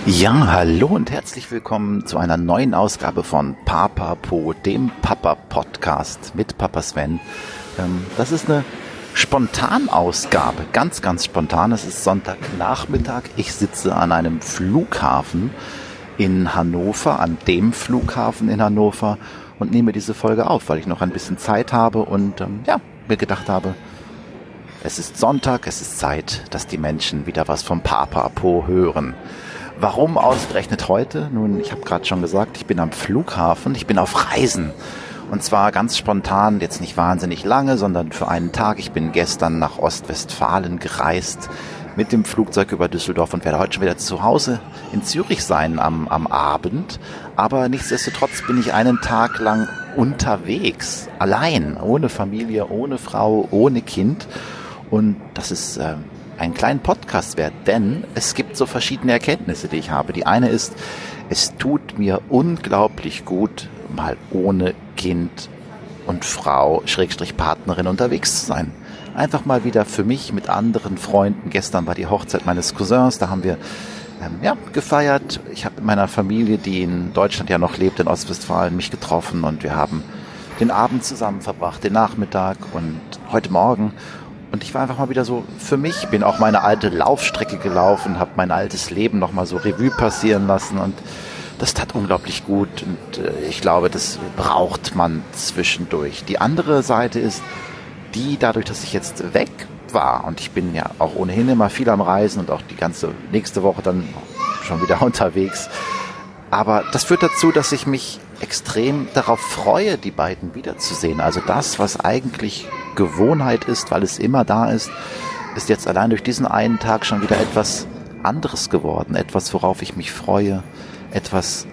Ja, hallo und herzlich willkommen zu einer neuen Ausgabe von Papapo, dem Papa-Podcast mit Papa Sven. Das ist eine Spontanausgabe, ganz, ganz spontan. Es ist Sonntagnachmittag. Ich sitze an einem Flughafen in Hannover, an dem Flughafen in Hannover und nehme diese Folge auf, weil ich noch ein bisschen Zeit habe und mir gedacht habe, es ist Sonntag, es ist Zeit, dass die Menschen wieder was vom Papapo hören. Warum ausgerechnet heute? Nun, ich habe gerade schon gesagt, ich bin am Flughafen, ich bin auf Reisen. Und zwar ganz spontan, jetzt nicht wahnsinnig lange, sondern für einen Tag. Ich bin gestern nach Ostwestfalen gereist mit dem Flugzeug über Düsseldorf und werde heute schon wieder zu Hause in Zürich sein am Abend. Aber nichtsdestotrotz bin ich einen Tag lang unterwegs, allein, ohne Familie, ohne Frau, ohne Kind. Und das ist einen kleinen Podcast wert, denn es gibt so verschiedene Erkenntnisse, die ich habe. Die eine ist, es tut mir unglaublich gut, mal ohne Kind und Frau, / Partnerin unterwegs zu sein. Einfach mal wieder für mich mit anderen Freunden. Gestern war die Hochzeit meines Cousins, da haben wir gefeiert. Ich habe mit meiner Familie, die in Deutschland ja noch lebt, in Ostwestfalen, mich getroffen und wir haben den Abend zusammen verbracht, den Nachmittag und heute Morgen. Und ich war einfach mal wieder so für mich, bin auch meine alte Laufstrecke gelaufen, habe mein altes Leben nochmal so Revue passieren lassen und das tat unglaublich gut und ich glaube, das braucht man zwischendurch. Die andere Seite ist die, dadurch, dass ich jetzt weg war und ich bin ja auch ohnehin immer viel am Reisen und auch die ganze nächste Woche dann schon wieder unterwegs. Aber das führt dazu, dass ich mich extrem darauf freue, die beiden wiederzusehen. Also das, was eigentlich Gewohnheit ist, weil es immer da ist, ist jetzt allein durch diesen einen Tag schon wieder etwas anderes geworden. Etwas, worauf ich mich freue. Etwas,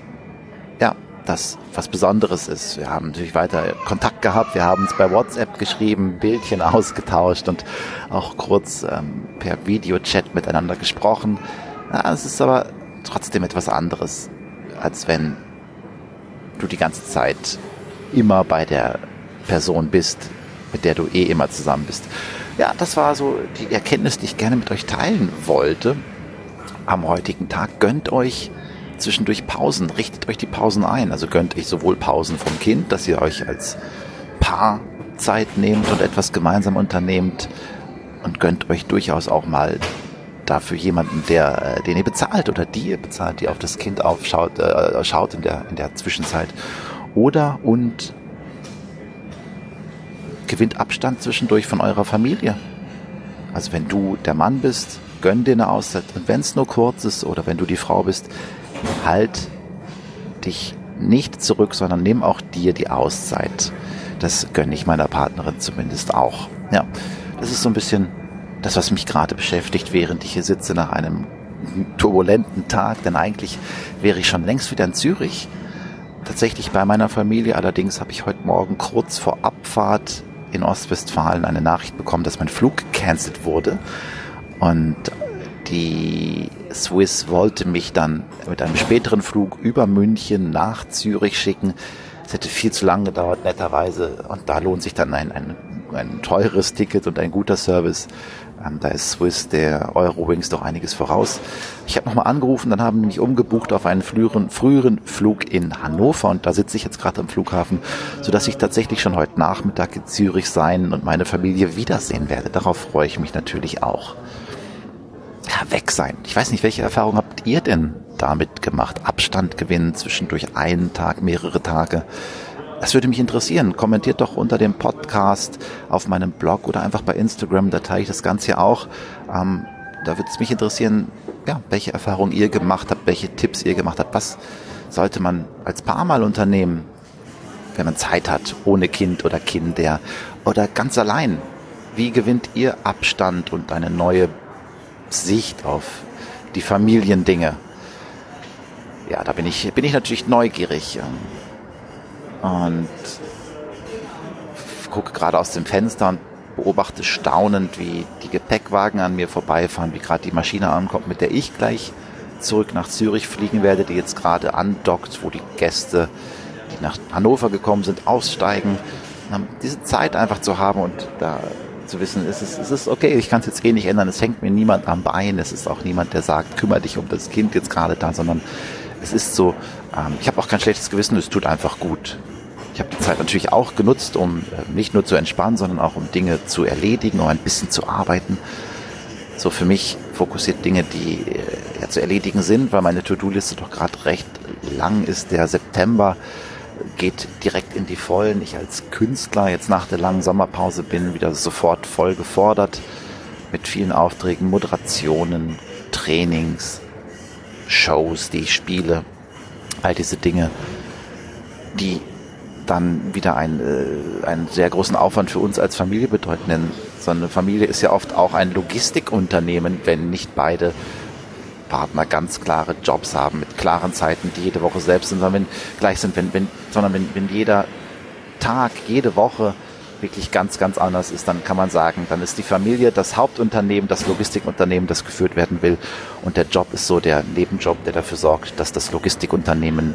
das was Besonderes ist. Wir haben natürlich weiter Kontakt gehabt. Wir haben uns bei WhatsApp geschrieben, Bildchen ausgetauscht und auch kurz per Videochat miteinander gesprochen. Ja, es ist aber trotzdem etwas anderes, als wenn du die ganze Zeit immer bei der Person bist, mit der du immer zusammen bist. Ja, das war so die Erkenntnis, die ich gerne mit euch teilen wollte am heutigen Tag. Gönnt euch zwischendurch Pausen, richtet euch die Pausen ein. Also gönnt euch sowohl Pausen vom Kind, dass ihr euch als Paar Zeit nehmt und etwas gemeinsam unternehmt und gönnt euch durchaus auch mal dafür jemanden, den ihr bezahlt oder die ihr bezahlt, die auf das Kind schaut in der Zwischenzeit. Und gewinnt Abstand zwischendurch von eurer Familie. Also wenn du der Mann bist, gönn dir eine Auszeit. Und wenn es nur kurz ist oder wenn du die Frau bist, halt dich nicht zurück, sondern nimm auch dir die Auszeit. Das gönne ich meiner Partnerin zumindest auch. Ja, das ist so ein bisschen das, was mich gerade beschäftigt, während ich hier sitze nach einem turbulenten Tag. Denn eigentlich wäre ich schon längst wieder in Zürich. Tatsächlich bei meiner Familie. Allerdings habe ich heute Morgen kurz vor Abfahrt in Ostwestfalen eine Nachricht bekommen, dass mein Flug gecancelt wurde. Und die Swiss wollte mich dann mit einem späteren Flug über München nach Zürich schicken. Es hätte viel zu lange gedauert, netterweise. Und da lohnt sich dann ein teures Ticket und ein guter Service. Da ist Swiss der Eurowings doch einiges voraus. Ich habe nochmal angerufen, dann haben die mich umgebucht auf einen früheren Flug in Hannover und da sitze ich jetzt gerade am Flughafen, sodass ich tatsächlich schon heute Nachmittag in Zürich sein und meine Familie wiedersehen werde. Darauf freue ich mich natürlich auch. Ja, weg sein. Ich weiß nicht, welche Erfahrung habt ihr denn damit gemacht? Abstand gewinnen, zwischendurch einen Tag, mehrere Tage. Das würde mich interessieren. Kommentiert doch unter dem Podcast auf meinem Blog oder einfach bei Instagram, da teile ich das Ganze ja auch. Da würde es mich interessieren, welche Erfahrungen ihr gemacht habt, welche Tipps ihr gemacht habt. Was sollte man als Paar mal unternehmen, wenn man Zeit hat, ohne Kind oder Kinder oder ganz allein? Wie gewinnt ihr Abstand und eine neue Sicht auf die Familiendinge? Ja, da bin ich natürlich neugierig. Und gucke gerade aus dem Fenster und beobachte staunend, wie die Gepäckwagen an mir vorbeifahren, wie gerade die Maschine ankommt, mit der ich gleich zurück nach Zürich fliegen werde, die jetzt gerade andockt, wo die Gäste, die nach Hannover gekommen sind, aussteigen. Diese Zeit einfach zu haben und da zu wissen, es ist okay, ich kann es jetzt nicht ändern, es hängt mir niemand am Bein, es ist auch niemand, der sagt, kümmere dich um das Kind jetzt gerade da, sondern es ist so, ich habe auch kein schlechtes Gewissen, es tut einfach gut. Ich habe die Zeit natürlich auch genutzt, um nicht nur zu entspannen, sondern auch um Dinge zu erledigen, um ein bisschen zu arbeiten. So für mich fokussiert Dinge, die zu erledigen sind, weil meine To-Do-Liste doch gerade recht lang ist. Der September geht direkt in die Vollen. Ich als Künstler jetzt nach der langen Sommerpause bin wieder sofort voll gefordert mit vielen Aufträgen, Moderationen, Trainings, Shows, die ich spiele. All diese Dinge, die dann wieder einen sehr großen Aufwand für uns als Familie bedeuten. Denn so eine Familie ist ja oft auch ein Logistikunternehmen, wenn nicht beide Partner ganz klare Jobs haben, mit klaren Zeiten, die jede Woche selbst sind, sondern wenn jeder Tag, jede Woche wirklich ganz, ganz anders ist, dann kann man sagen, dann ist die Familie das Hauptunternehmen, das Logistikunternehmen, das geführt werden will, und der Job ist so der Nebenjob, der dafür sorgt, dass das Logistikunternehmen,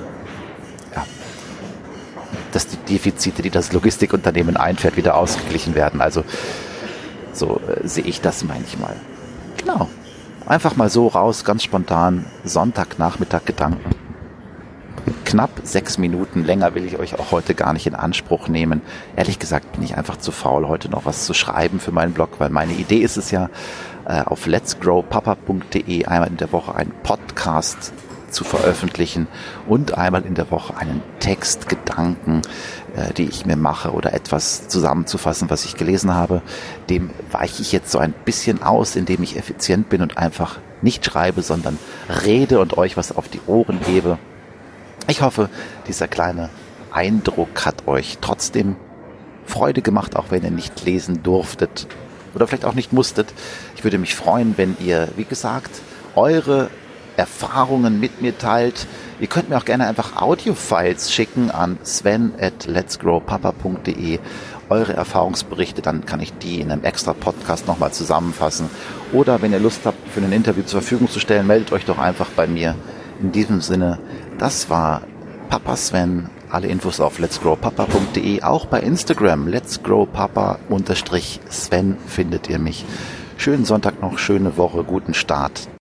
dass die Defizite, die das Logistikunternehmen einfährt, wieder ausgeglichen werden. Also so sehe ich das manchmal. Genau. Einfach mal so raus, ganz spontan, Sonntagnachmittag Gedanken. Knapp 6 Minuten, länger will ich euch auch heute gar nicht in Anspruch nehmen. Ehrlich gesagt bin ich einfach zu faul, heute noch was zu schreiben für meinen Blog, weil meine Idee ist es ja, auf letsgrowpapa.de einmal in der Woche einen Podcast zu veröffentlichen und einmal in der Woche einen Text, Gedanken, die ich mir mache, oder etwas zusammenzufassen, was ich gelesen habe. Dem weiche ich jetzt so ein bisschen aus, indem ich effizient bin und einfach nicht schreibe, sondern rede und euch was auf die Ohren gebe. Ich hoffe, dieser kleine Eindruck hat euch trotzdem Freude gemacht, auch wenn ihr nicht lesen durftet oder vielleicht auch nicht musstet. Ich würde mich freuen, wenn ihr, wie gesagt, eure Erfahrungen mit mir teilt. Ihr könnt mir auch gerne einfach Audio-Files schicken an sven@letsgrowpapa.de. Eure Erfahrungsberichte, dann kann ich die in einem extra Podcast nochmal zusammenfassen. Oder wenn ihr Lust habt, für ein Interview zur Verfügung zu stellen, meldet euch doch einfach bei mir. In diesem Sinne, das war Papa Sven. Alle Infos auf letsgrowpapa.de, auch bei Instagram, letsgrowpapa_Sven findet ihr mich. Schönen Sonntag noch, schöne Woche, guten Start.